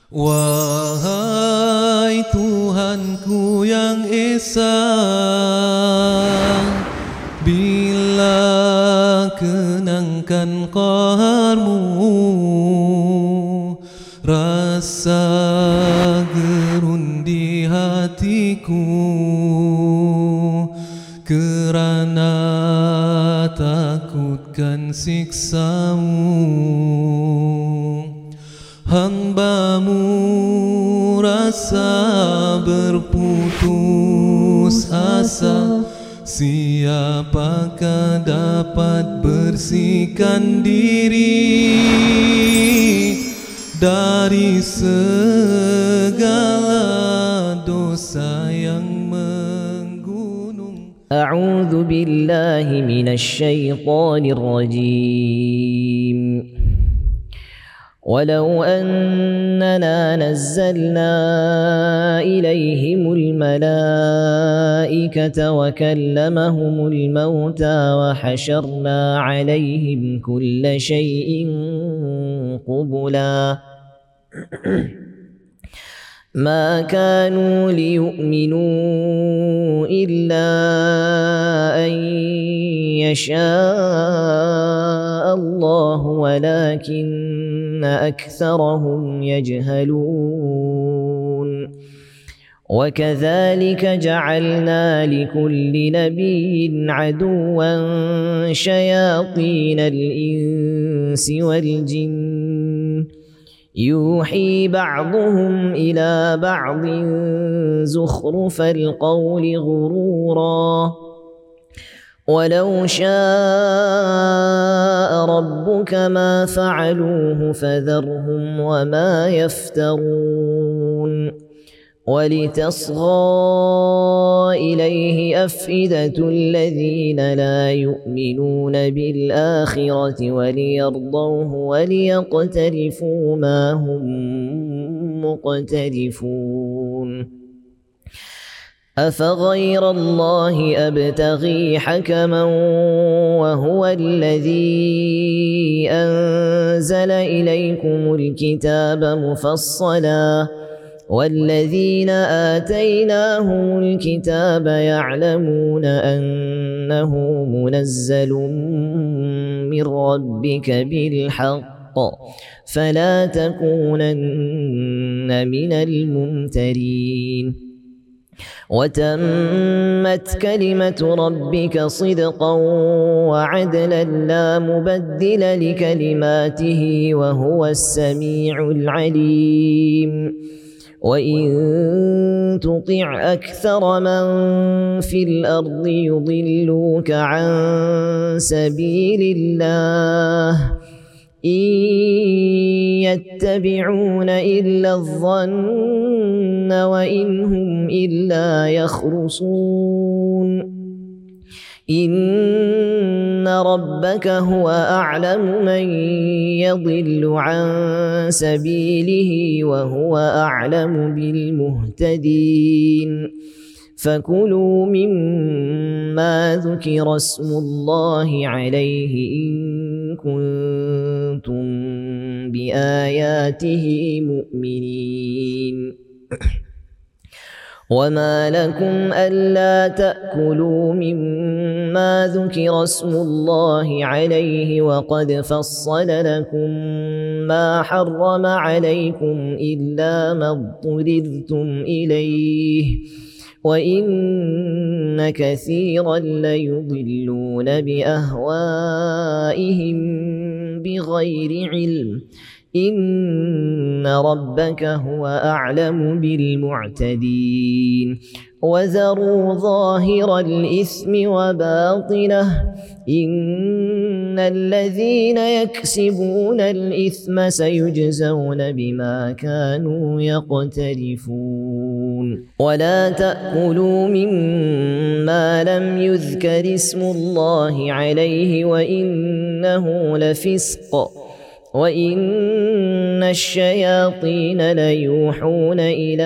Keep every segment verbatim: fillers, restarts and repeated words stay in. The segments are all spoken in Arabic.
Wahai Tuhanku yang Esa, bila kenangkan qaharmu, rasa gerun di hatiku, kerana takutkan siksamu. Hambamu rasa berputus asa, siapakah dapat bersihkan diri dari segala dosa yang menggunung. A'udzu billahi minasy syaithanir rajim. ولو أننا نزلنا إليهم الملائكة وكلمهم الموتى وحشرنا عليهم كل شيء قبلا ما كانوا ليؤمنوا إلا أن يشاء الله ولكن أكثرهم يجهلون وكذلك جعلنا لكل نبي عدوا شياطين الإنس والجن يوحي بعضهم إلى بعض زخرف القول غرورا ولو شاء ربك ما فعلوه فذرهم وما يفترون ولتصغى إليه أفئدة الذين لا يؤمنون بالآخرة وليرضوه وليقترفوا ما هم مقترفون أفغير الله أبتغي حكما وهو الذي أنزل إليكم الكتاب مفصلا والذين آتيناهم الكتاب يعلمون أنه منزل من ربك بالحق فلا تكونن من الممترين وتمت كلمة ربك صدقا وعدلا لا مبدل لكلماته وهو السميع العليم وإن تطع أكثر من في الأرض يضلوك عن سبيل الله إن يتبعون إلا الظن وإن هم إلا يخرصون إن ربك هو أعلم من يضل عن سبيله وهو أعلم بالمهتدين فكلوا مما ذكر اسم الله عليه إن كنتم بآياته مؤمنين وما لكم ألا تأكلوا مما ذكر اسم الله عليه وقد فصل لكم ما حرم عليكم إلا ما اضطررتم إليه وإن كثيرا ليضلون بأهوائهم بغير علم إن ربك هو أعلم بالمعتدين وذروا ظاهر الإثم وباطنه إن الذين يكسبون الإثم سيجزون بما كانوا يقترفون ولا تأكلوا مما لم يذكر اسم الله عليه وإنه لفسق وإن الشياطين ليوحون إلى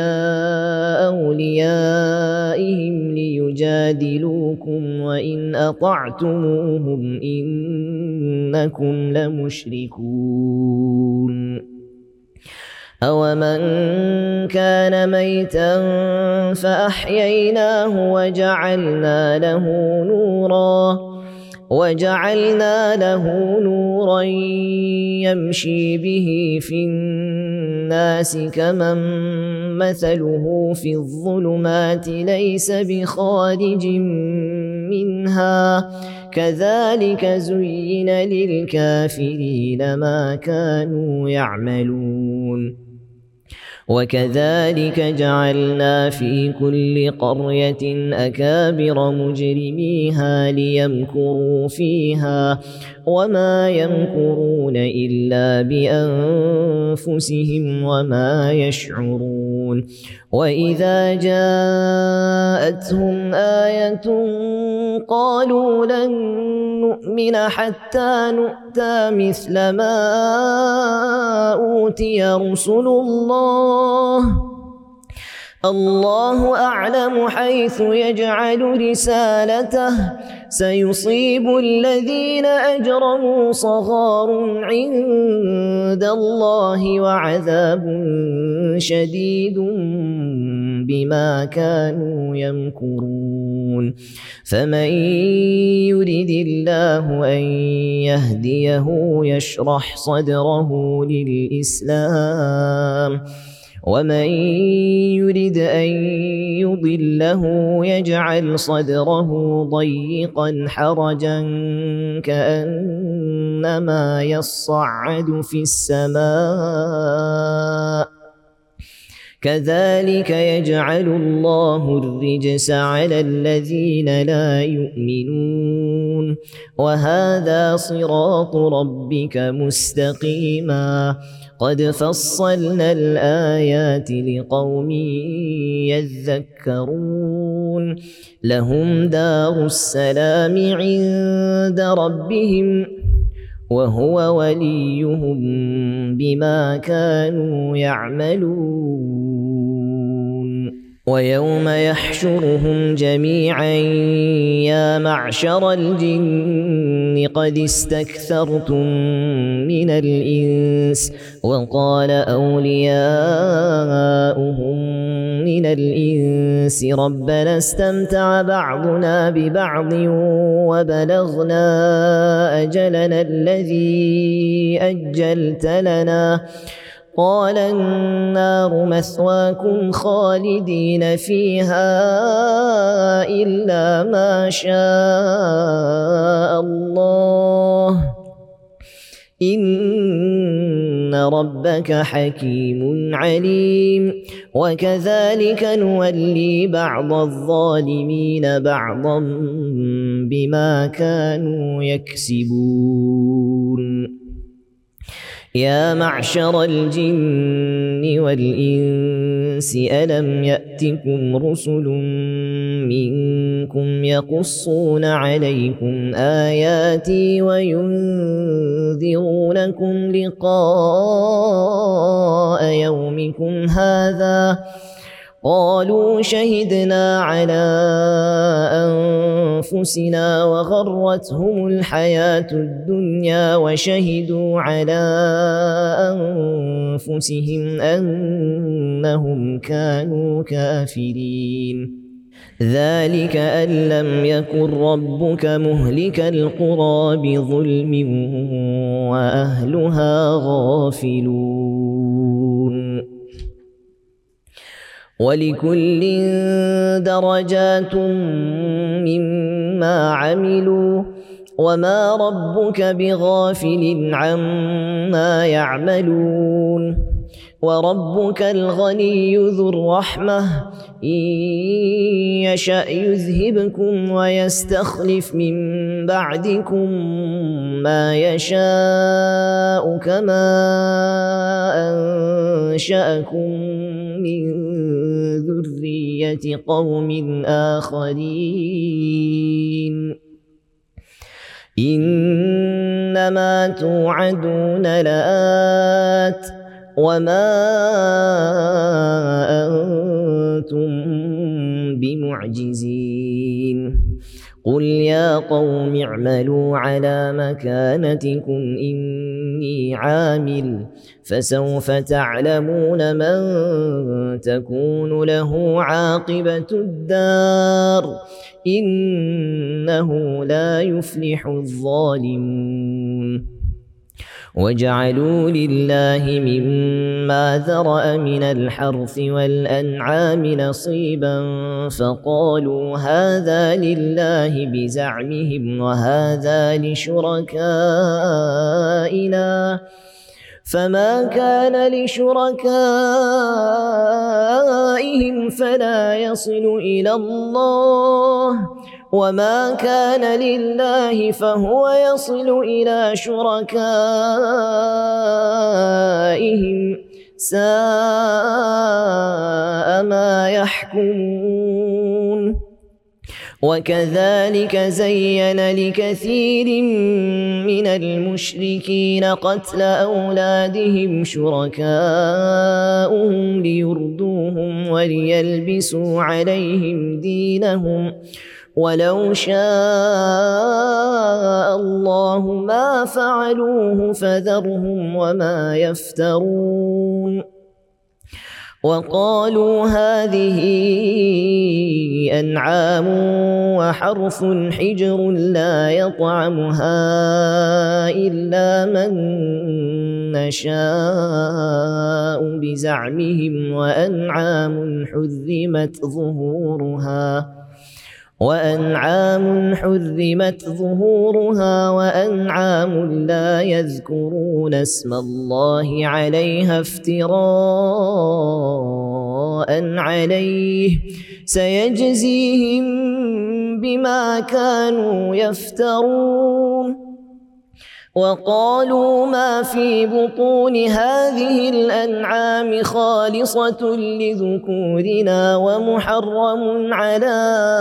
أوليائهم ليجادلوكم وإن أطعتموهم إنكم لمشركون أومن كان ميتا فأحييناه وجعلنا له نورا وجعلنا له نورا يمشي به في الناس كمن مثله في الظلمات ليس بخارج منها كذلك زين للكافرين ما كانوا يعملون وكذلك جعلنا في كل قرية أكابر مجرميها ليمكروا فيها وما يمكرون إلا بأنفسهم وما يشعرون وإذا جاءتهم آية قالوا لن نؤمن حتى نؤتى مثل ما أوتي رسل الله الله أعلم حيث يجعل رسالته سيصيب الذين أجرموا صغار عند الله وعذاب شديد بما كانوا يمكرون فمن يرد الله أن يهديه يشرح صدره للإسلام ومن يرد أن يضله يجعل صدره ضيقا حرجا كأنما يصعد في السماء كذلك يجعل الله الرجس على الذين لا يؤمنون وهذا صراط ربك مستقيما قد فصلنا الآيات لقوم يذكرون لهم دار السلام عند ربهم وهو وليهم بما كانوا يعملون ويوم يحشرهم جميعا يا معشر الجن قد استكثرتم من الإنس وقال أولياؤهم من الإنس ربنا استمتع بعضنا ببعض وبلغنا أجلنا الذي أجلت لنا قال النار مثواكم خالدين فيها إلا ما شاء الله إن ربك حكيم عليم وكذلك نولي بعض الظالمين بعضا بما كانوا يكسبون يا معشر الجن والإنس ألم يأتكم رسل منكم يقصون عليكم آياتي وينذرونكم لقاء يومكم هذا قالوا شهدنا على أنفسنا وغرتهم الحياة الدنيا وشهدوا على أنفسهم أنهم كانوا كافرين ذلك أن لم يكن ربك مهلك القرى بظلم وأهلها غافلون ولكل درجات مما عملوا وما ربك بغافل عما يعملون وربك الغني ذو الرحمة إن يشأ يذهبكم ويستخلف من بعدكم ما يشاء كما أنشأكم من ذرية قوم آخرين إنما توعدون لآت وما أنتم بمعجزين قل يا قوم اعملوا على مكانتكم إني إني عامل فسوف تعلمون من تكون له عاقبة الدار إنه لا يفلح الظالمون. وجعلوا لله مما ذرأ من الحرث والأنعام نصيبا فقالوا هذا لله بزعمهم وهذا لشركائنا فما كان لشركائهم فلا يصل إلى الله وما كان لله فهو يصل إلى شركائهم ساء ما يحكمون. وكذلك زين لكثير من المشركين قتل أولادهم شركاؤهم ليردوهم وليلبسوا عليهم دينهم ولو شاء الله ما فعلوه فذرهم وما يفترون. وقالوا هذه أنعام وحرث حجر لا يطعمها إلا من نشاء بزعمهم وأنعام حرمت ظهورها وأنعام حرمت ظهورها وأنعام لا يذكرون اسم الله عليها افتراء عليه سيجزيهم بما كانوا يفترون. وقالوا ما في بطون هذه الأنعام خالصة لذكورنا ومحرم على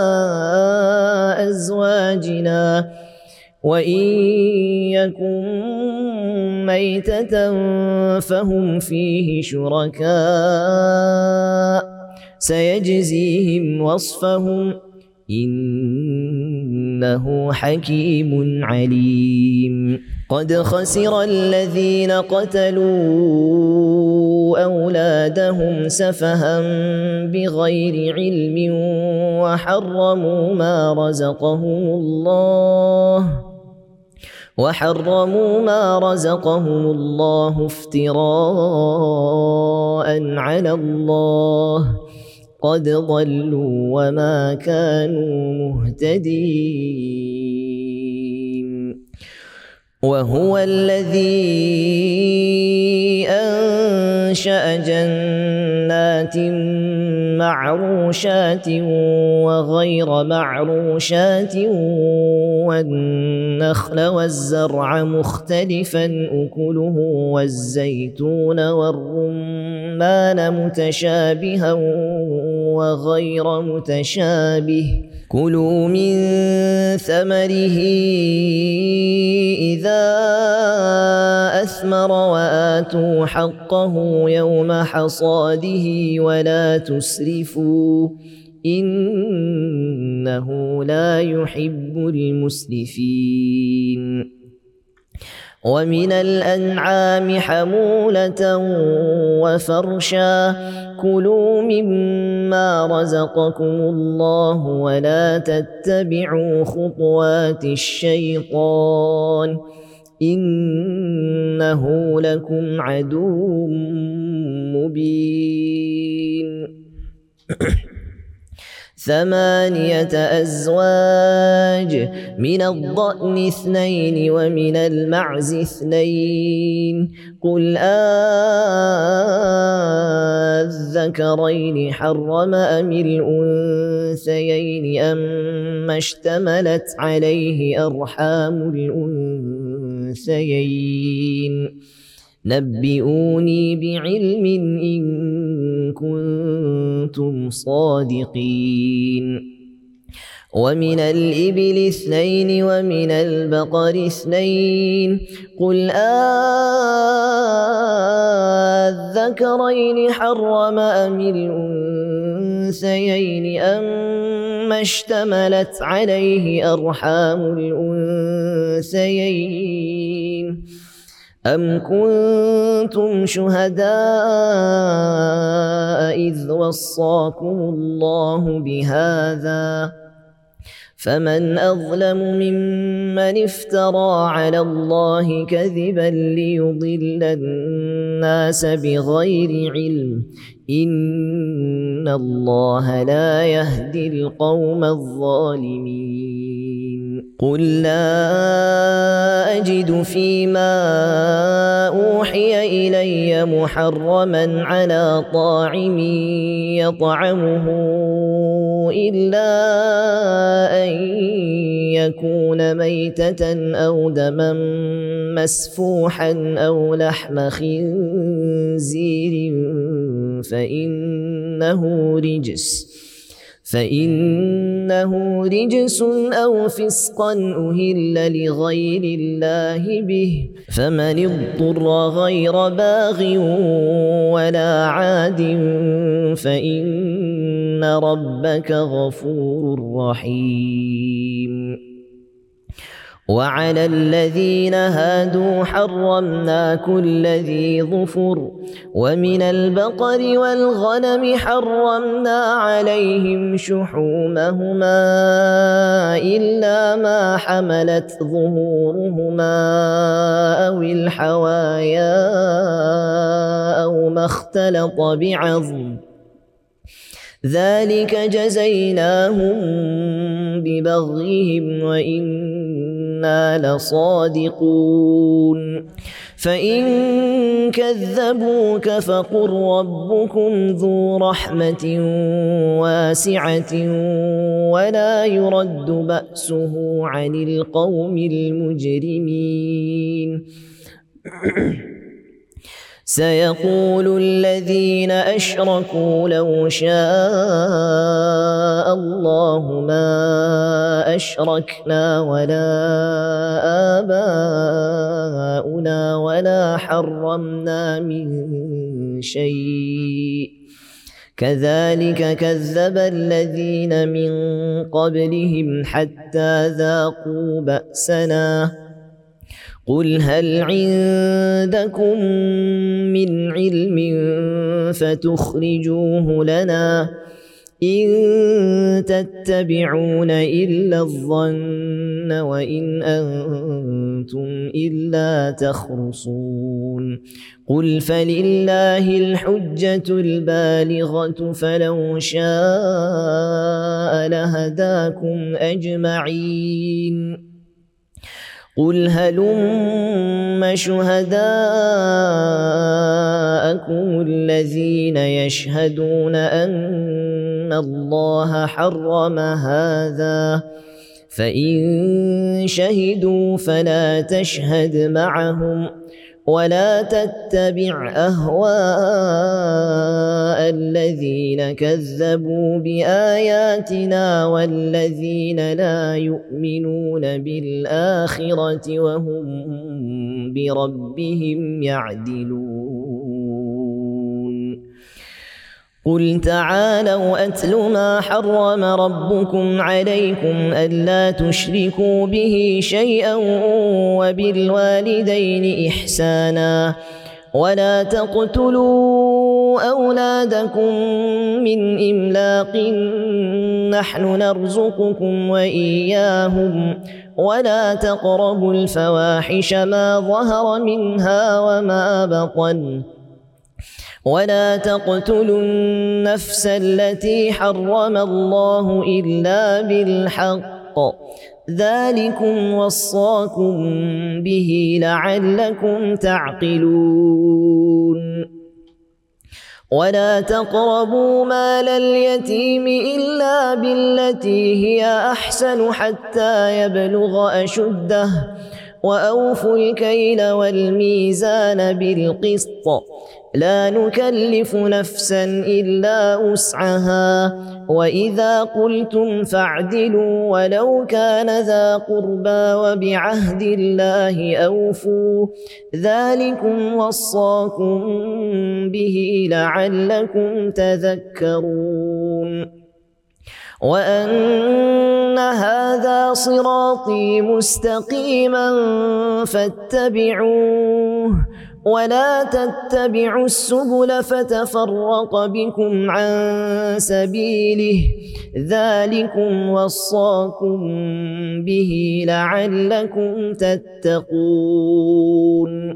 أزواجنا وإن يكن ميتة فهم فيه شركاء سيجزيهم وصفهم إنه حكيم عليم. قد خسر الذين قتلوا أولادهم سفها بغير علم وحرموا ما رزقهم الله وحرموا ما رزقهم الله افتراء على الله قد ضلوا وما كانوا مهتدين. وهو الذي أنشأ جنات معروشات وغير معروشات والنخل والزرع مختلفا أكله والزيتون والرمان متشابها وغير متشابه كلوا من ثمره إذا أثمر وآتوا حقه يوم حصاده ولا تسرفوا إنه لا يحب المسرفين. ومن الأنعام حمولة وفرشا كلوا مما رزقكم الله ولا تتبعوا خطوات الشيطان إنه لكم عدو مبين. ثمانية أزواج من الضأن اثنين ومن المعز اثنين قل أذكرين حرم أم الأنثيين أما اشتملت عليه أرحام الأنثيين نبئوني بعلم إن كنتم صادقين. ومن الإبل اثنين ومن البقر اثنين قل أذكرين حرم أم الأنثيين أما اشتملت عليه أرحام الأنثيين أم كنتم شهداء إذ وصاكم الله بهذا فمن أظلم ممن افترى على الله كذبا ليضل الناس بغير علم إن الله لا يهدي القوم الظالمين قل لا أجد فيما أوحي إلي محرما على طاعم يطعمه إلا أن يكون ميتة أو دما مسفوحا أو لحم خنزير فإنه رجس فإنه رجس أو فسقا أهل لغير الله به فمن اضطر غير باغ ولا عاد فإن ربك غفور رحيم وعلى الذين هادوا حرمنا كل ذي ظفر ومن البقر والغنم حرمنا عليهم شحومهما إلا ما حملت ظهورهما أو الحوايا أو ما اختلط بعظم ذلك جزيناهم ببغيهم وإنا لصادقون فإن كذبوك فقل ربكم ذو رحمة واسعة ولا يرد بأسه عن القوم المجرمين سيقول الذين أشركوا لو شاء الله ما أشركنا ولا آباؤنا ولا حرمنا من شيء كذلك كذب الذين من قبلهم حتى ذاقوا بأسنا قل هل عندكم من علم فتخرجوه لنا إن تتبعون إلا الظن وإن أنتم إلا تخرصون قل فلله الحجة البالغة فلو شاء لهداكم أجمعين قل هلم شهداءكم الذين يشهدون أن الله حرم هذا فإن شهدوا فلا تشهد معهم ولا تتبع أهواء الذين كذبوا بآياتنا والذين لا يؤمنون بالآخرة وهم بربهم يعدلون قل تعالوا أتل ما حرم ربكم عليكم ألا تشركوا به شيئا وبالوالدين إحسانا ولا تقتلوا أولادكم من إملاق نحن نرزقكم وإياهم ولا تقربوا الفواحش ما ظهر منها وما بطن ولا تقتلوا النفس التي حرم الله إلا بالحق ذلكم وصاكم به لعلكم تعقلون ولا تقربوا مال اليتيم إلا بالتي هي أحسن حتى يبلغ أشده وأوفوا الكيل والميزان بالقسط لا نكلف نفسا إلا وسعها وإذا قلتم فاعدلوا ولو كان ذا قربى وبعهد الله أوفوا ذلكم وصاكم به لعلكم تذكرون وأن هذا صراطي مستقيما فاتبعوه ولا تتبعوا السبل فتفرق بكم عن سبيله ذلكم وصاكم به لعلكم تتقون.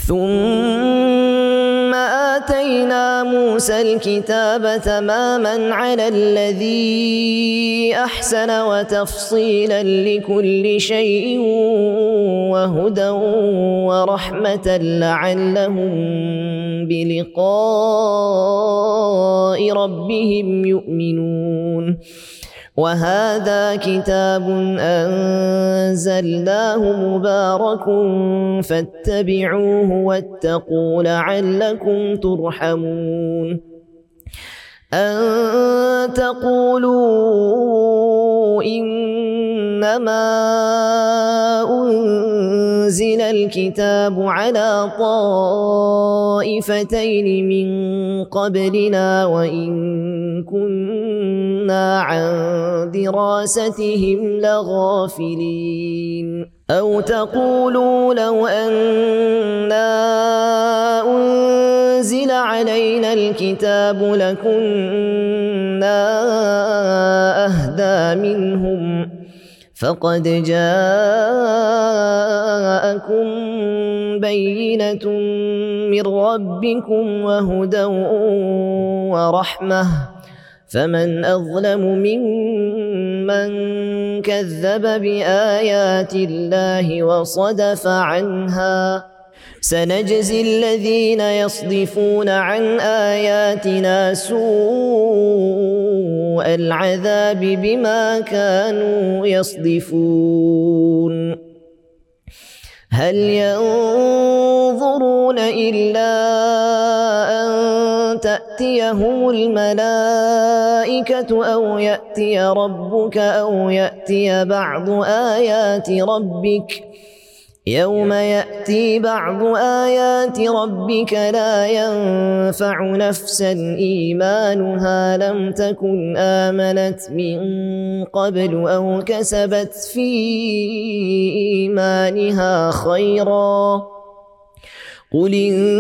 ثم آتينا موسى الكتاب تماما على الذي أحسن وتفصيلا لكل شيء وهدى ورحمة لعلهم بلقاء ربهم يؤمنون. وهذا كتاب أنزلناه مبارك فاتبعوه واتقوا لعلكم ترحمون. أن تقولوا إنما أنزل الكتاب على طائفتين من قبلنا وإن كنا عن دراستهم لغافلين. أو تقولوا لو أنا أنزل علينا الكتاب لكنا أهدى منهم فقد جاءكم بينة من ربكم وهدى ورحمة فمن أظلم ممن كذب بآيات الله وصدف عنها. سنجزي الذين يصدفون عن آياتنا سوء العذاب بما كانوا يصدفون. هل ينظرون إلا أن تأتيهم الملائكة أو يأتي ربك أو يأتي بعض آيات ربك يوم يأتي بعض آيات ربك لا ينفع نفسا إيمانها لم تكن آمنت من قبل أو كسبت في إيمانها خيرا قل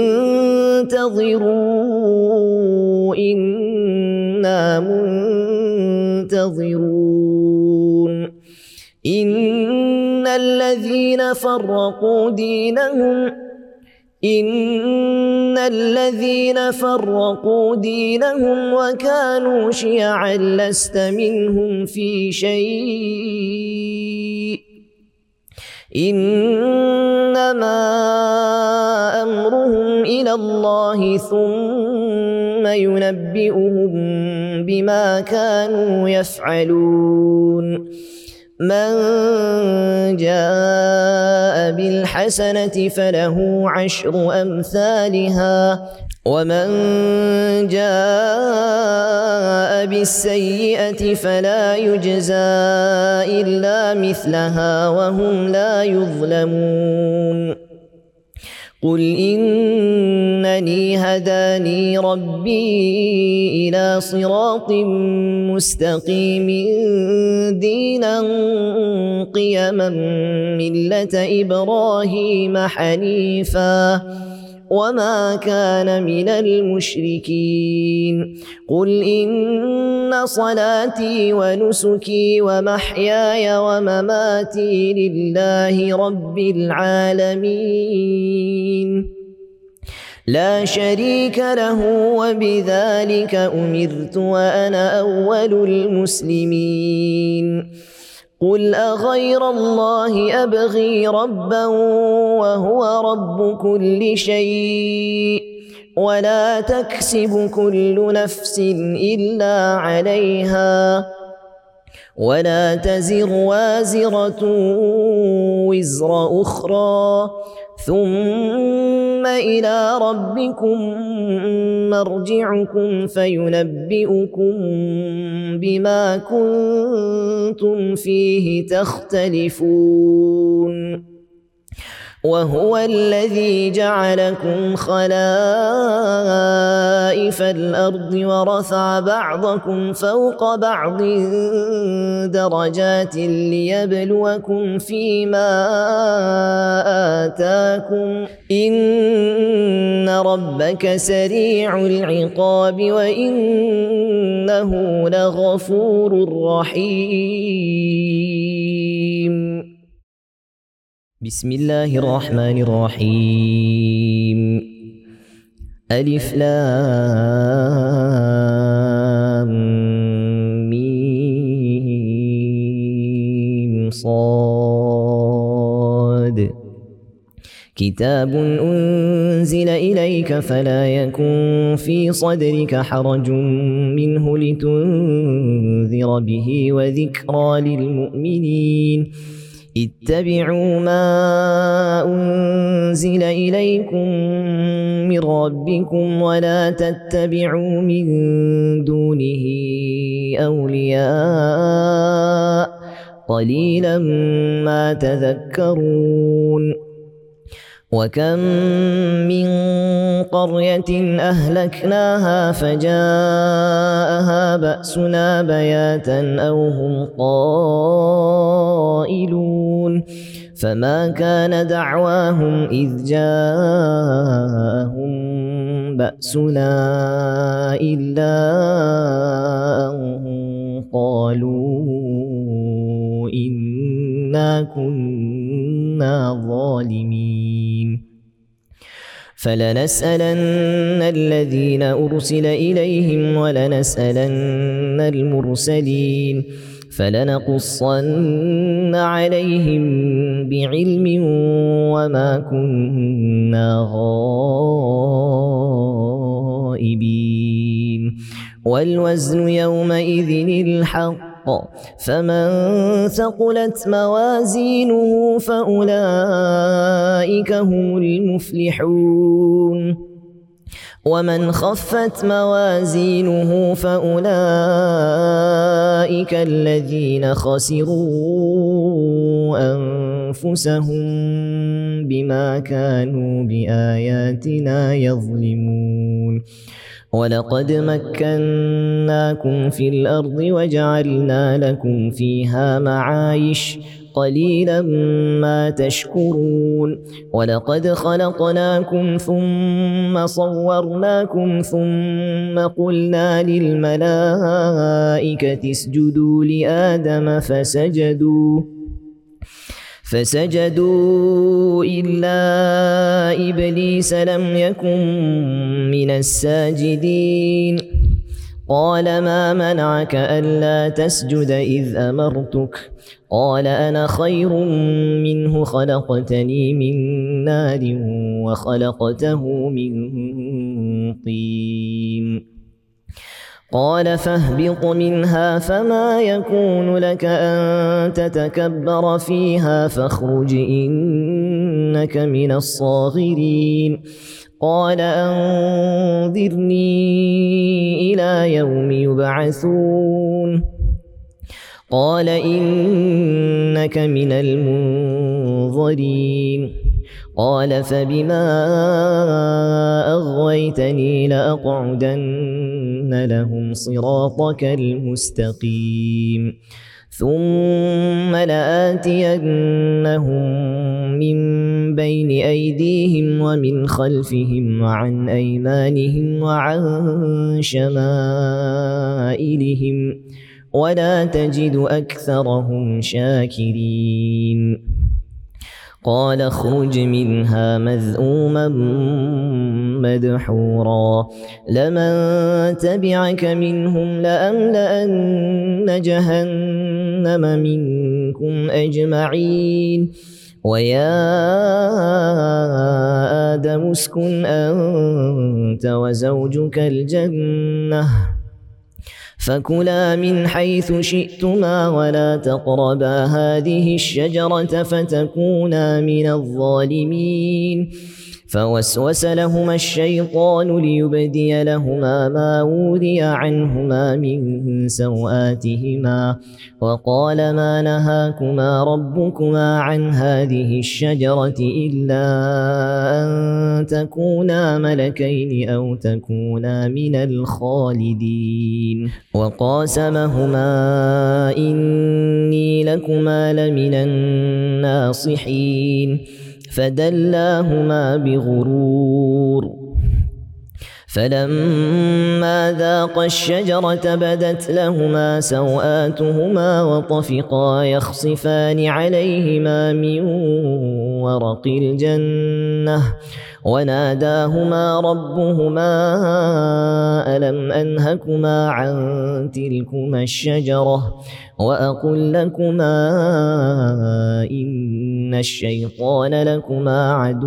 انتظروا إنا منتظرون. إن الذين فرقوا دينهم إن الذين فرقوا دينهم وكانوا شيعا لست منهم في شيء إنما أمرهم إلى الله ثم ينبئهم بما كانوا يفعلون. من جاء بالحسنة فله عشر أمثالها ومن جاء بالسيئة فلا يجزى إلا مثلها وهم لا يظلمون. قل إنني هداني ربي إلى صراط مستقيم دينا قيما ملة إبراهيم حنيفا وما كان من المشركين. قل إن صلاتي ونسكي ومحياي ومماتي لله رب العالمين لا شريك له وبذلك أمرت وأنا أول المسلمين. قل أغير الله أبغي ربا وهو رب كل شيء ولا تكسب كل نفس إلا عليها ولا تزر وازرة وزر أخرى ثم إلى ربكم مرجعكم فينبئكم بما كنتم فيه تختلفون. وهو الذي جعلكم خلائف الأرض ورفع بعضكم فوق بعض درجات ليبلوكم فيما آتاكم إن ربك سريع العقاب وإنه لغفور رحيم. بسم الله الرحمن الرحيم. ألف لام ميم صاد. كتاب أنزل إليك فلا يكن في صدرك حرج منه لتنذر به وذكرى للمؤمنين. اتبعوا ما أنزل إليكم من ربكم ولا تتبعوا من دونه أولياء قليلا ما تذكرون. وكم من قرية أهلكناها فجاءها بأسنا بياتا أو هم قائلون فما كان دعواهم إذ جاءهم بأسنا إلا أن قالوا إنا كنا ظالمين. فلنسألن الذين أرسل إليهم ولنسألن المرسلين فلنقصن عليهم بعلم وما كنا غائبين. والوزن يومئذ الحق فمن ثقلت موازينه فأولئك هم المفلحون ومن خفت موازينه فأولئك الذين خسروا أنفسهم بما كانوا بآياتنا يظلمون. ولقد مكناكم في الأرض وجعلنا لكم فيها معايش قليلا ما تشكرون. ولقد خلقناكم ثم صورناكم ثم قلنا للملائكة اسجدوا لآدم فسجدوا فسجدوا إلا إبليس لم يكن من الساجدين. قال ما منعك ألا تسجد إذ أمرتك؟ قال أنا خير منه خلقتني من نار وخلقته من طين. قال فاهبط منها فما يكون لك أن تتكبر فيها فاخرج إنك من الصاغرين. قال أنظرني إلى يوم يبعثون. قال إنك من المنظرين. قال فبما أغويتني لأقعدن لهم صراطك المستقيم ثم لآتينهم من بين أيديهم ومن خلفهم وعن أيمانهم وعن شمائلهم ولا تجد أكثرهم شاكرين. قال اخرج منها مذءوما مدحورا لمن تبعك منهم لأملأن جهنم منكم أجمعين. ويا آدم اسكن أنت وزوجك الجنة فكلا من حيث شئتما ولا تقربا هذه الشجرة فتكونا من الظالمين. فوسوس لهما الشيطان ليبدي لهما ما وري عنهما من سوآتهما وقال ما نهاكما ربكما عن هذه الشجرة إلا أن تكونا ملكين أو تكونا من الخالدين وقاسمهما إني لكما لمن الناصحين فدلاهما بغرور فلما ذاقا الشجرة بدت لهما سوآتهما وطفقا يخصفان عليهما من ورق الجنة وناداهما ربهما ألم أنهكما عن تلكما الشجرة وأقل لكما إن الشيطان لكما عدو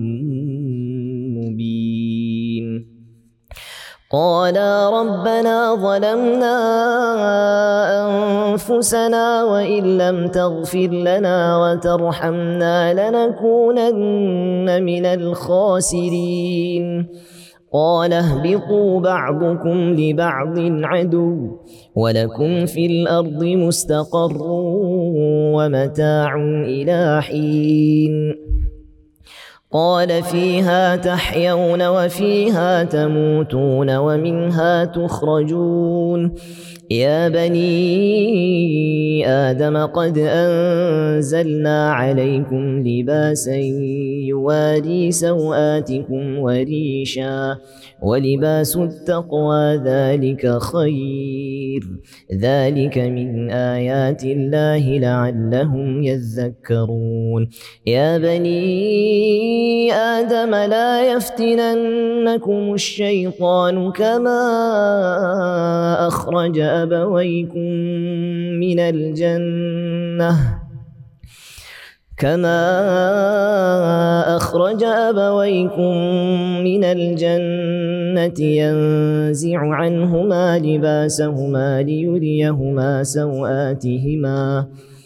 مبين قالا ربنا ظلمنا أنفسنا وإن لم تغفر لنا وترحمنا لنكونن من الخاسرين قال اهبطوا بعضكم لبعض عدو ولكم في الأرض مستقر ومتاع إلى حين قال فيها تحيون وفيها تموتون ومنها تخرجون يا بني آدم قد أنزلنا عليكم لباسا يواري سوآتكم وريشا ولباس التقوى ذلك خير ذلك من آيات الله لعلهم يذكرون يا بني آدم لا يفتننكم الشيطان كما أخرج أبويكم من الجنة كما أخرج أبويكم من الجنة ينزع عنهما لباسهما ليريهما سوآتهما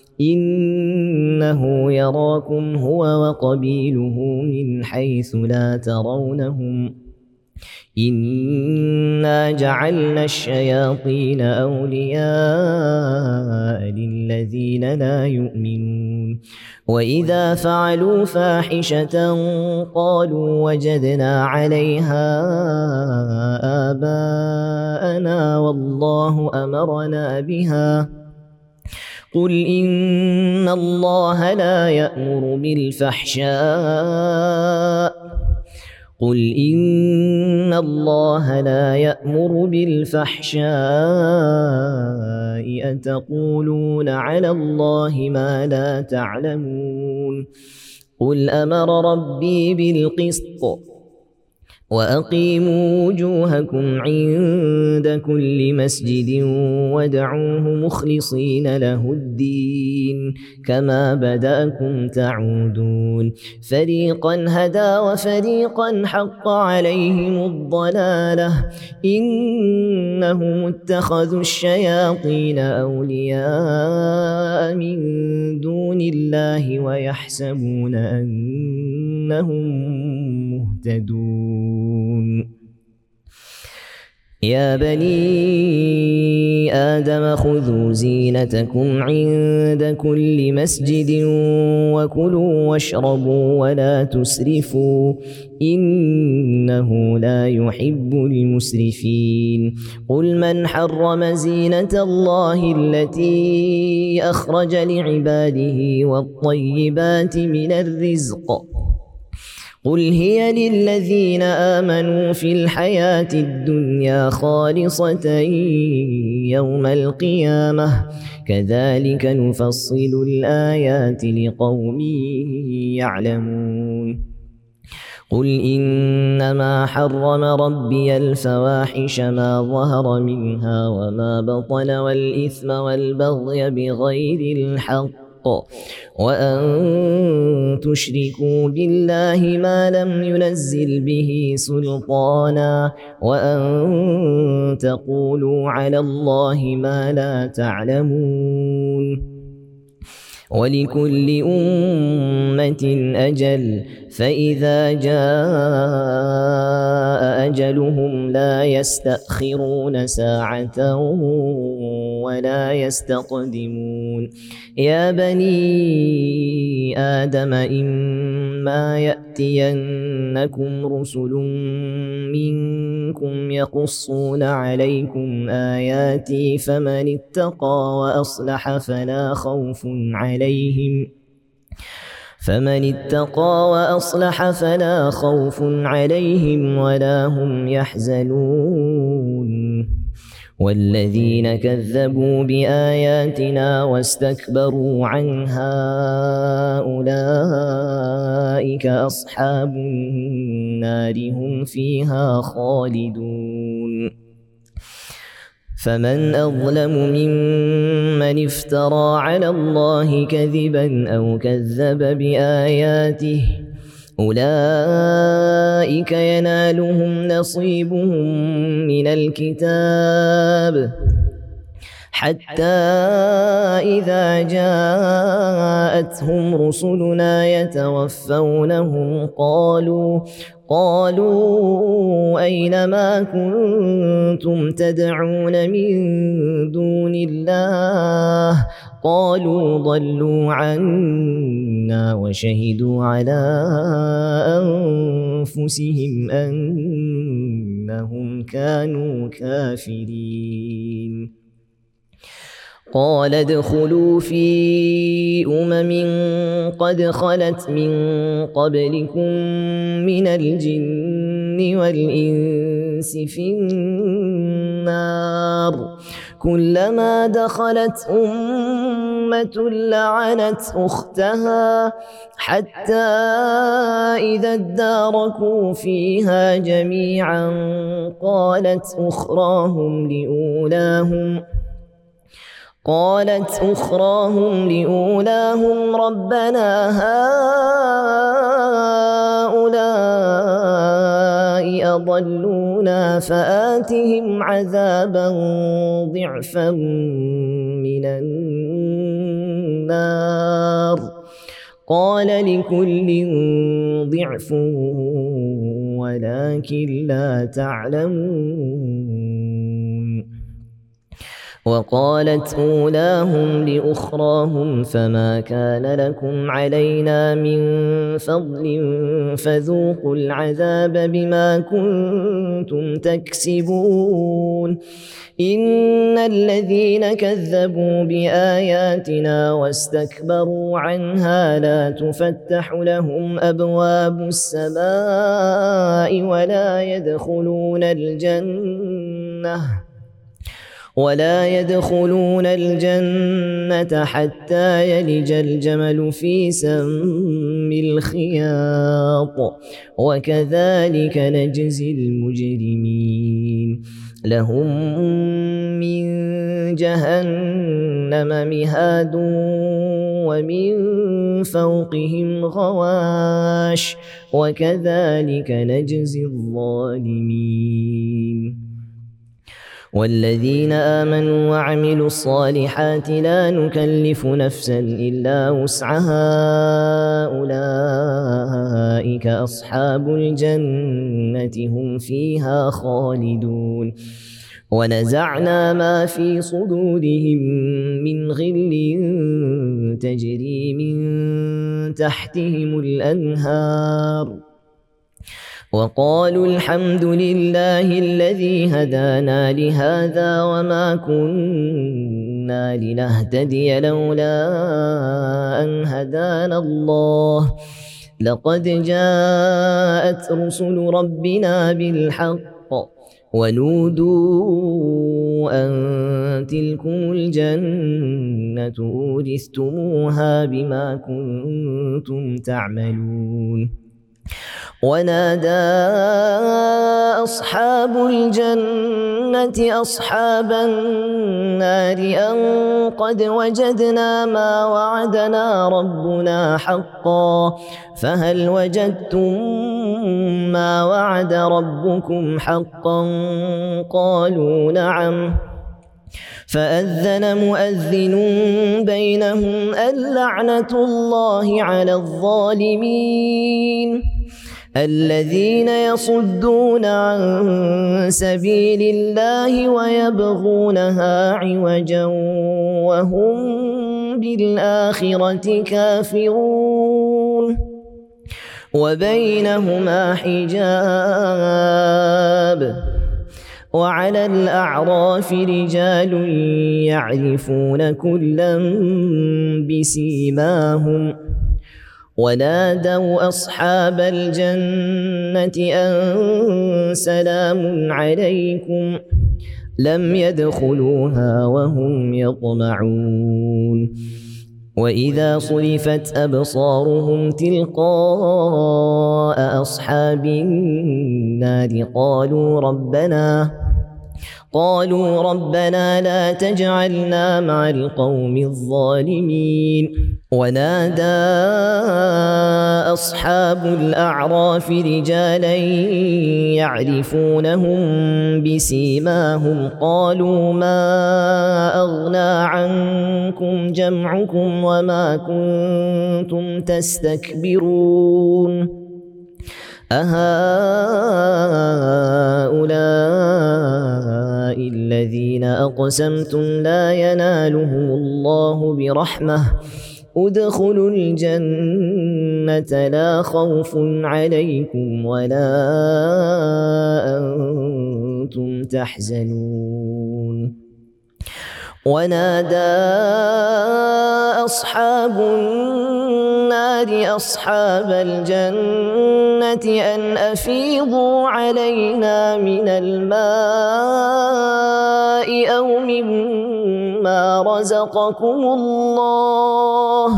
إنه يراكم هو وقبيله من حيث لا ترونهم إنا جعلنا الشياطين أولياء للذين لا يؤمنون وإذا فعلوا فاحشة قالوا وجدنا عليها آباءنا والله أمرنا بها قل إن الله لا يأمر بالفحشاء قل إن الله لا يأمر بالفحشاء أتقولون على الله ما لا تعلمون قل أمر ربي بالقسط وأقيموا وجوهكم عند كل مسجد وادعوه مخلصين له الدين كما بدأكم تعودون فريقا هدى وفريقا حق عليهم الضلالة إنهم اتخذوا الشياطين أولياء من دون الله ويحسبون أنهم مهتدون يا بني آدم خذوا زينتكم عند كل مسجد وكلوا واشربوا ولا تسرفوا إنه لا يحب المسرفين قل من حرم زينة الله التي أخرج لعباده والطيبات من الرزق قل هي للذين آمنوا في الحياة الدنيا خالصة يوم القيامة كذلك نفصل الآيات لقوم يعلمون قل إنما حرم ربي الفواحش ما ظهر منها وما بطن والإثم والبغي بغير الحق وأن تشركوا بالله ما لم ينزل به سلطانا وأن تقولوا على الله ما لا تعلمون ولكل أمة أجل فإذا جاء أجلهم لا يستأخرون ساعة ولا يستقدمون يا بني آدم إما يأتينكم رسل منكم يقصون عليكم آياتي فمن اتقى وأصلح فلا خوف عليهم فمن اتقى وأصلح فلا خوف عليهم ولا هم يحزنون والذين كذبوا بآياتنا واستكبروا عنها أولئك أصحاب النار هم فيها خالدون فمن أظلم ممن افترى على الله كذبا أو كذب بآياته أولئك ينالهم نصيبهم من الكتاب حتى إذا جاءتهم رسلنا يتوفونهم قالوا قالوا أين ما كنتم تدعون من دون الله قالوا ضلوا عنا وشهدوا على أنفسهم أنهم كانوا كافرين قال ادخلوا في أمم قد خلت من قبلكم من الجن والإنس في النار كلما دخلت أمة لعنت أختها حتى إذا اداركوا فيها جميعا قالت أخراهم لأولاهم قالت أخراهم لأولاهم ربنا هؤلاء أضلونا فآتهم عذابا ضعفا من النار قال لكل ضعف ولكن لا تعلمون وقالت أولاهم لأخراهم فما كان لكم علينا من فضل فذوقوا العذاب بما كنتم تكسبون إن الذين كذبوا بآياتنا واستكبروا عنها لا تفتح لهم أبواب السماء ولا يدخلون الجنة ولا يدخلون الجنة حتى يلج الجمل في سم الخياط وكذلك نجزي المجرمين لهم من جهنم مهاد ومن فوقهم غواش وكذلك نجزي الظالمين والذين آمنوا وعملوا الصالحات لا نكلف نفسا إلا وسعها أولئك أصحاب الجنة هم فيها خالدون ونزعنا ما في صدورهم من غل تجري من تحتهم الأنهار وقالوا الحمد لله الذي هدانا لهذا وما كنا لنهتدي لولا أن هدانا الله لقد جاءت رسل ربنا بالحق ونودوا أن تلكم الجنة أورثتموها بما كنتم تعملون ونادى أصحاب الجنة أصحاب النار أن قد وجدنا ما وعدنا ربنا حقا فهل وجدتم ما وعد ربكم حقا قالوا نعم فأذن مؤذن بينهم اللعنة الله على الظالمين الذين يصدون عن سبيل الله ويبغونها عوجا وهم بالآخرة كافرون وبينهما حجاب وعلى الأعراف رجال يعرفون كلا بسيماهم ونادوا أصحاب الجنة أن سلام عليكم لم يدخلوها وهم يطمعون وإذا صرفت أبصارهم تلقاء أصحاب النار قالوا ربنا قالوا ربنا لا تجعلنا مع القوم الظالمين ونادى أصحاب الأعراف رجالا يعرفونهم بسيماهم قالوا ما أغنى عنكم جمعكم وما كنتم تستكبرون أهؤلاء الذين أقسمتم لا ينالهم الله برحمة ادخلوا الجنة لا خوف عليكم ولا أنتم تحزنون ونادى أصحاب النار أصحاب الجنة أن أفيضوا علينا من الماء أو مما رزقكم الله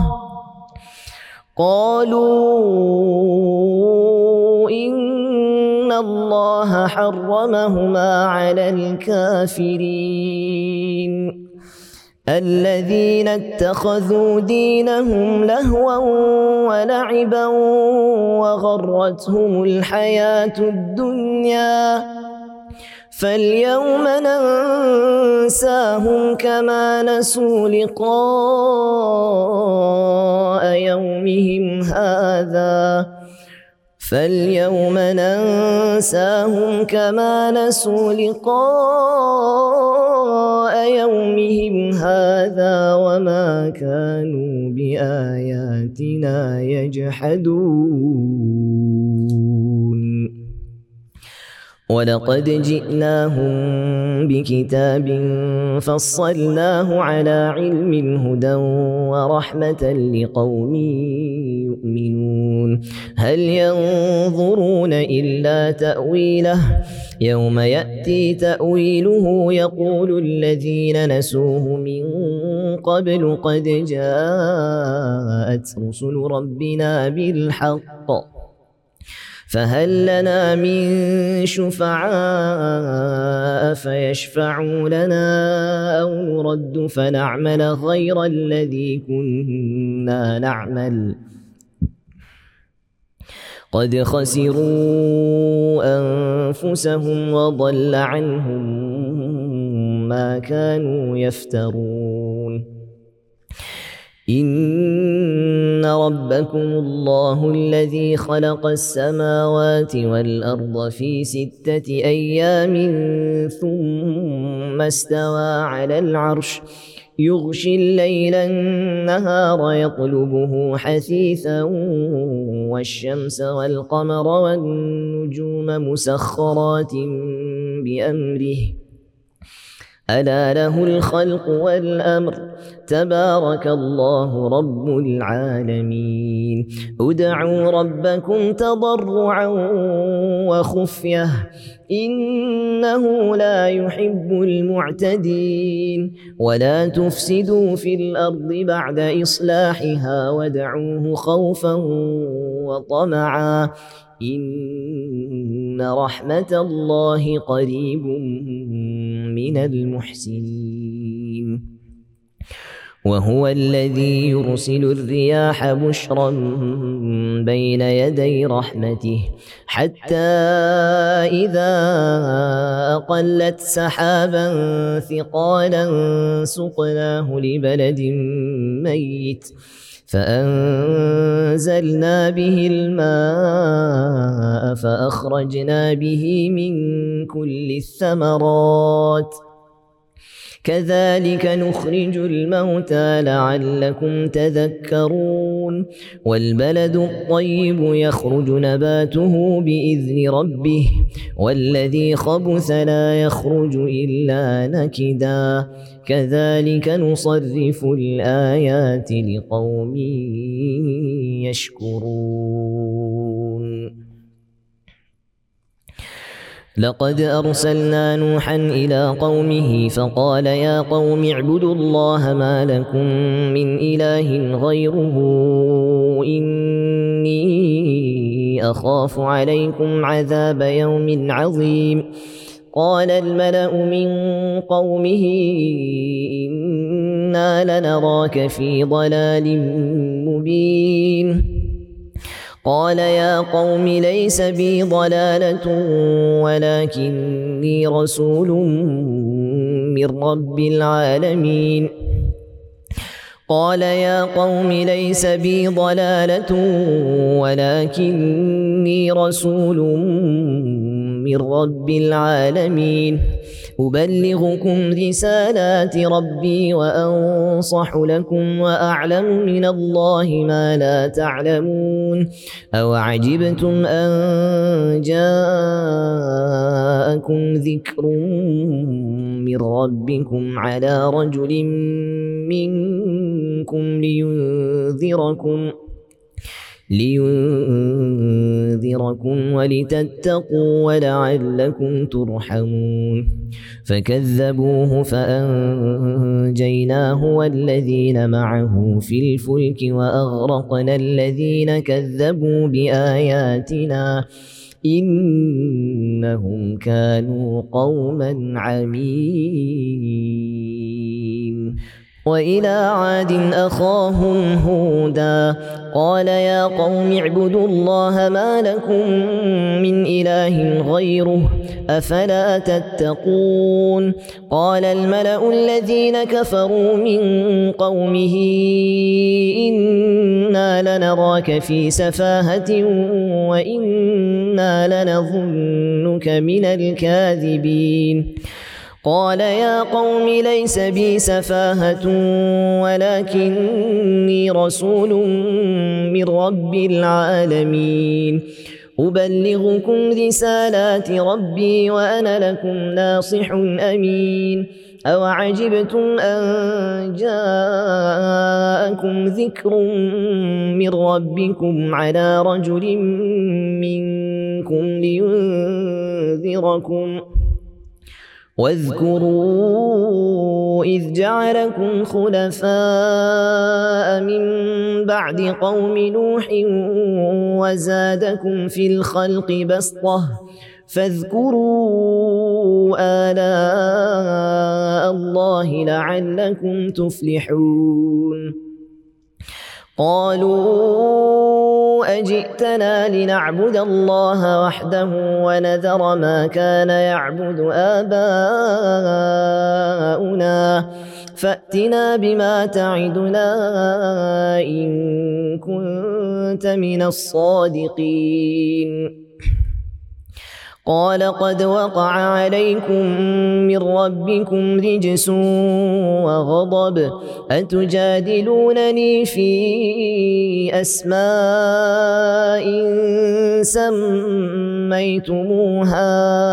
قالوا إن الله حرمهما على الكافرين الذين اتخذوا دينهم لهوا ولعبا وغرتهم الحياة الدنيا فاليوم ننساهم كما نسوا لقاء يومهم هذا فاليوم ننساهم كما نسوا لقاء يومهم هذا وما كانوا بآياتنا يجحدون ولقد جئناهم بكتاب فصلناه على علم هدى ورحمة لقوم يؤمنون هل ينظرون إلا تأويله يوم يأتي تأويله يقول الذين نسوه من قبل قد جاءت رسل ربنا بالحق فهل لنا من شفعاء فيشفعوا لنا أو نرد فنعمل غير الذي كنا نعمل قد خسروا أنفسهم وضل عنهم ما كانوا يفترون إن ربكم الله الذي خلق السماوات والأرض في ستة أيام ثم استوى على العرش يغشي الليل النهار يطلبه حثيثا والشمس والقمر والنجوم مسخرات بأمره ألا له الخلق والأمر تبارك الله رب العالمين ادعوا ربكم تضرعا وخفية إنه لا يحب المعتدين ولا تفسدوا في الأرض بعد إصلاحها وادعوه خوفا وطمعا إن رحمة الله قريب من المحسنين وهو الذي يرسل الرياح بشرا بين يدي رحمته حتى إذا أقلت سحابا ثقالا سقناه لبلد ميت فأنزلنا به الماء فأخرجنا به من كل الثمرات كذلك نخرج الموتى لعلكم تذكرون والبلد الطيب يخرج نباته بإذن ربه والذي خبث لا يخرج إلا نكدا كذلك نصرف الآيات لقوم يشكرون لقد أرسلنا نوحا إلى قومه فقال يا قوم اعبدوا الله ما لكم من إله غيره إني أخاف عليكم عذاب يوم عظيم قال الملأ من قومه إنا لنراك في ضلال مبين قال يا قوم ليس بي ضلالة ولكني رسول من رب العالمين قال يا قوم ليس بي ضلالة ولكني رسول من رب العالمين أبلغكم رسالات ربي وأنصح لكم وأعلم من الله ما لا تعلمون أوعجبتم أن جاءكم ذكر من ربكم على رجل منكم لينذركم لينذركم ولتتقوا ولعلكم ترحمون فكذبوه فأنجيناه والذين معه في الفلك وأغرقنا الذين كذبوا بآياتنا إنهم كانوا قوما عمين وإلى عاد أخاهم هودا قال يا قوم اعبدوا الله ما لكم من إله غيره أفلا تتقون قال الملأ الذين كفروا من قومه إنا لنراك في سفاهة وإنا لنظنك من الكاذبين قال يا قوم ليس بي سفاهة ولكني رسول من رب العالمين أبلغكم رسالات ربي وأنا لكم ناصح أمين أوعجبتم أن جاءكم ذكر من ربكم على رجل منكم لينذركم واذكروا إذ جعلكم خلفاء من بعد قوم نوح وزادكم في الخلق بسطة فاذكروا آلاء الله لعلكم تفلحون قالوا أجئتنا لنعبد الله وحده ونذر ما كان يعبد آباؤنا فأتنا بما تعدنا إن كنت من الصادقين قال قد وقع عليكم من ربكم رجس وغضب أتجادلونني في أسماء سميتموها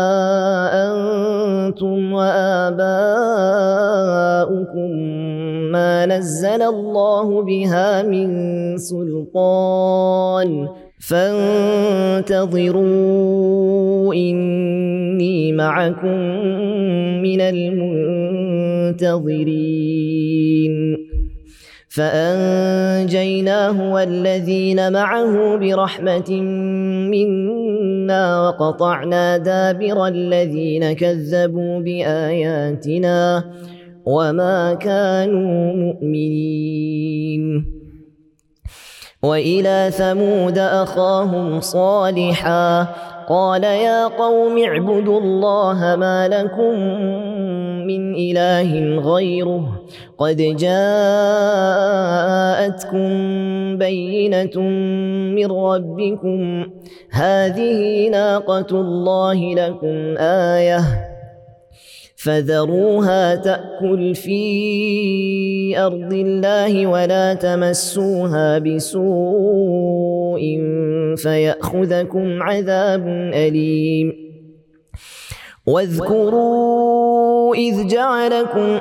أنتم وآباؤكم ما نزل الله بها من سلطان فانتظروا إني معكم من المنتظرين فأنجيناه والذين معه برحمة منا وقطعنا دابر الذين كذبوا بآياتنا وما كانوا مؤمنين. وإلى ثمود أخاهم صالحا قال يا قوم اعبدوا الله ما لكم من إله غيره قد جاءتكم بينة من ربكم هذه ناقة الله لكم آية فذروها تأكل في أرض الله ولا تمسوها بسوء فيأخذكم عذاب أليم. واذكروا إذ جعلكم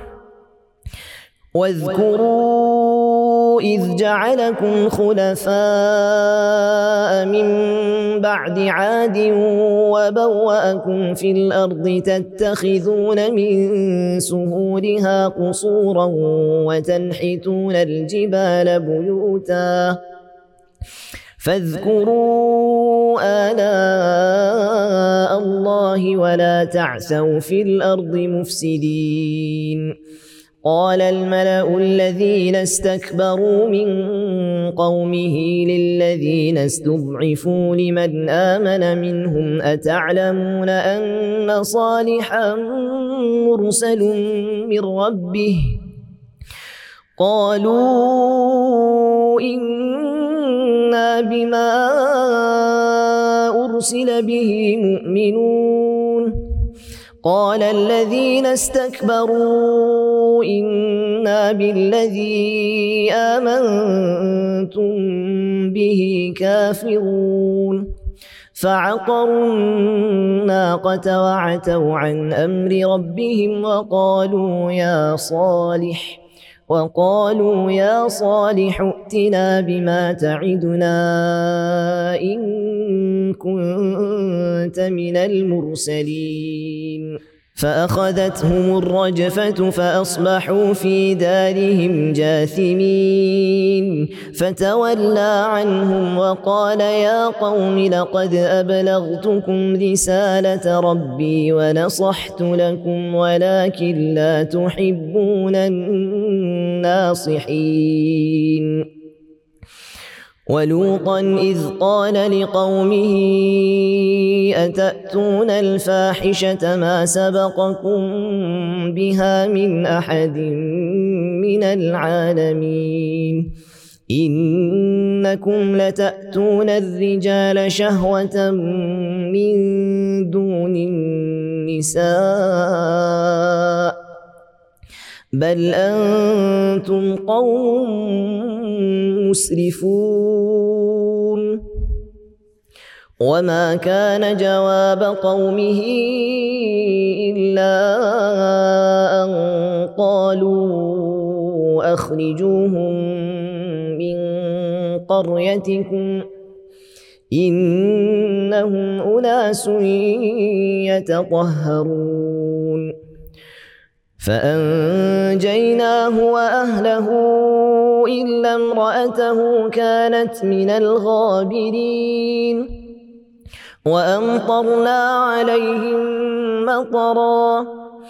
واذكروا إذ جعلكم خلفاء من بعد عاد وبوأكم في الأرض تتخذون من سهولها قصورا وتنحتون الجبال بيوتا فاذكروا آلاء الله ولا تعثوا في الأرض مفسدين. قال الملأ الذين استكبروا من قومه للذين استضعفوا لمن آمن منهم أتعلمون أن صالحا مرسل من ربه قالوا إنا بما أرسل به مؤمنون. قال الذين استكبروا إنا بالذي آمنتم به كافرون. فعقروا الناقة وعتوا عن أمر ربهم وقالوا يا صالح وقالوا يا صالح ائتنا بما تعدنا إن كنت من المرسلين. فأخذتهم الرجفة فأصبحوا في دارهم جاثمين. فتولى عنهم وقال يا قوم لقد أبلغتكم رسالة ربي ونصحت لكم ولكن لا تحبون الناصحين. ولوطا إذ قال لقومه أتأتون الفاحشة ما سبقكم بها من أحد من العالمين إنكم لتأتون الرجال شهوة من دون النساء بل أنتم قوم مسرفون. وما كان جواب قومه إلا أن قالوا أخرجوهم من قريتكم إنهم أناس يتطهرون. فأنجيناه وأهله إلا امرأته كانت من الغابرين. وأمطرنا عليهم مطرا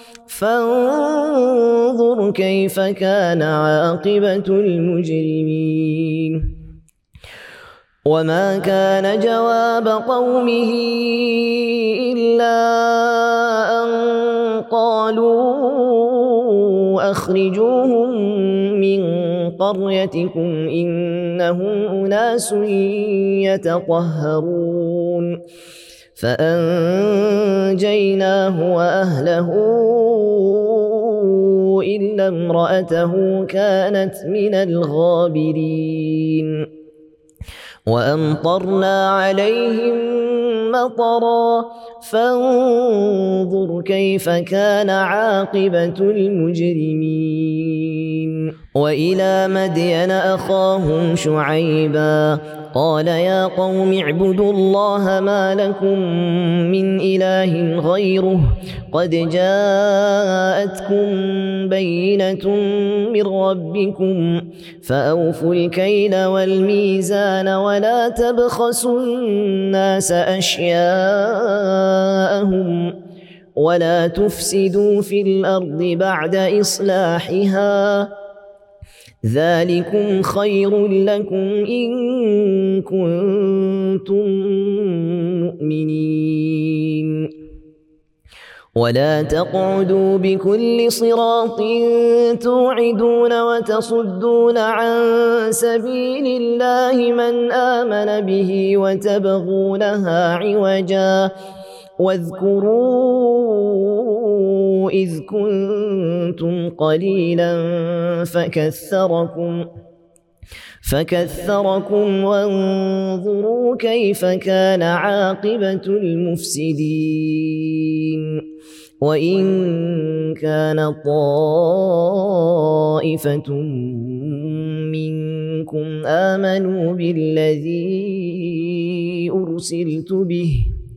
فانظر كيف كان عاقبة المجرمين. وما كان جواب قومه إلا أن قالوا أخرجوهم من قريتكم إنهم أناس يتطهرون. فأنجيناه وأهله إلا امرأته كانت من الغابرين. وأمطرنا عليهم مطرا فانظر كيف كان عاقبة المجرمين. وإلى مدين أخاهم شعيبا قال يا قوم اعبدوا الله ما لكم من إله غيره قد جاءتكم بينة من ربكم فأوفوا الكيل والميزان ولا تبخسوا الناس أشياءهم ولا تفسدوا في الأرض بعد إصلاحها ذلكم خير لكم إن كنتم مؤمنين ولا تقعدوا بكل صراط توعدون وتصدون عن سبيل الله من آمن به وتبغونها عوجا واذكروا إذ كنتم قليلا فكثركم فكثركم وانظروا كيف كان عاقبة المفسدين وإن كان طائفة منكم آمنوا بالذي أرسلت به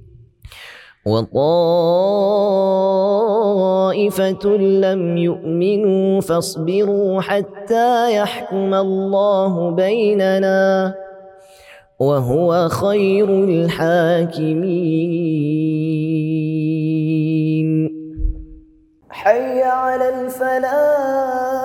وطائفة لم يؤمنوا فاصبروا حتى يحكم الله بيننا وهو خير الحاكمين حي على الفلاح.